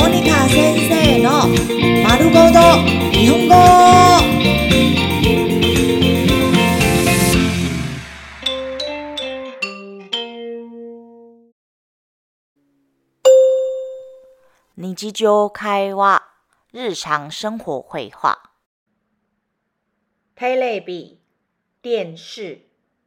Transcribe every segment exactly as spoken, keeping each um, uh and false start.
モニカ先生の丸ごと日本語。日常会話、日常生活会話。テレビ、電視。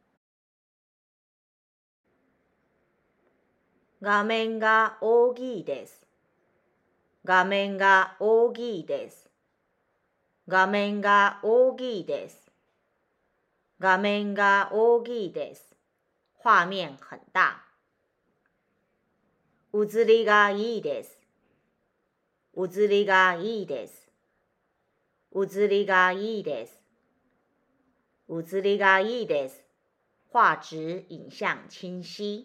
画面が大きいです。画面が大きいです。画面が大きいです。画面が大きいです。画面很大。映りがいいです。映りがいいです。映りがいいです。映りがいいです。画質影像清晰。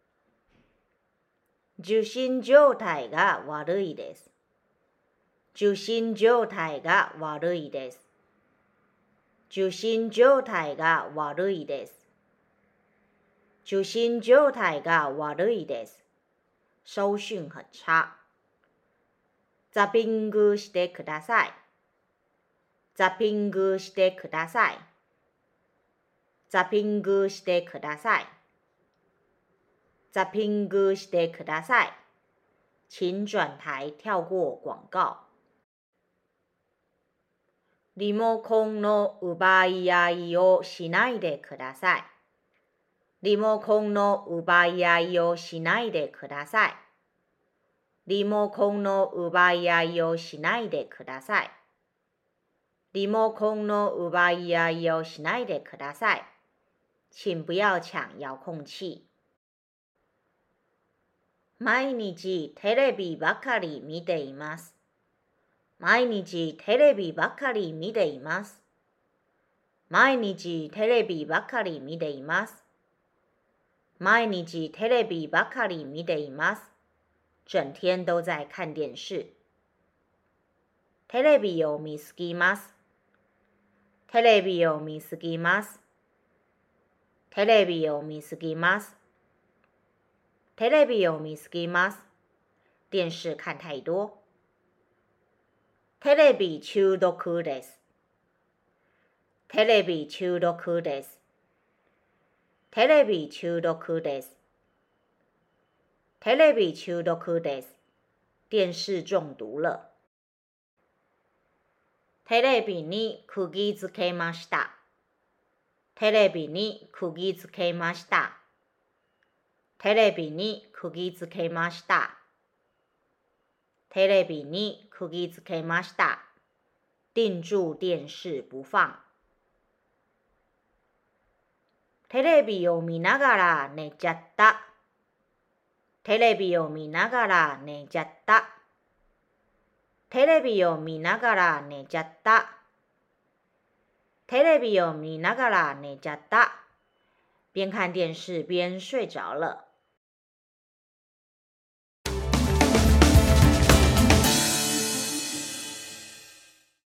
受信状態が悪いです。受信状態が悪いです。受信状態が悪いです。受信状態が悪いです。收訊很差。ザッピングしてください。ザッピングしてください。ザッピングしてください。ザッピングしてください。請转台跳过广告。リモコンの奪い合いをしないでください。リモコンの奪い合いをしないでください。リモコンの奪い合いをしないでください。リモコンの奪い合いをしないでください。請不要抢遥控器。毎日テレビばかり見ています。毎日テレビばかり見ています。毎日テレビばかり見ています。毎日テレビばかり見ています。整天都在看電視。テレビを見すぎます。テレビを見すぎます。テレビを見すぎます。テレビを見すぎます。電視看太多。テレビ中毒です。テレビ中毒です。テレビ中毒です。テレビ中毒です。電視中毒了。テレビに釘付けました。テレビに釘付けました。テレビに釘付けました。テレビに釘付けました。定住電視不放。テレビを見ながら寝ちゃった。テレビを見ながら寝ちゃった。テレビを見ながら寝ちゃった。テレビを見ながら寝ちゃった。边看電視边睡着了。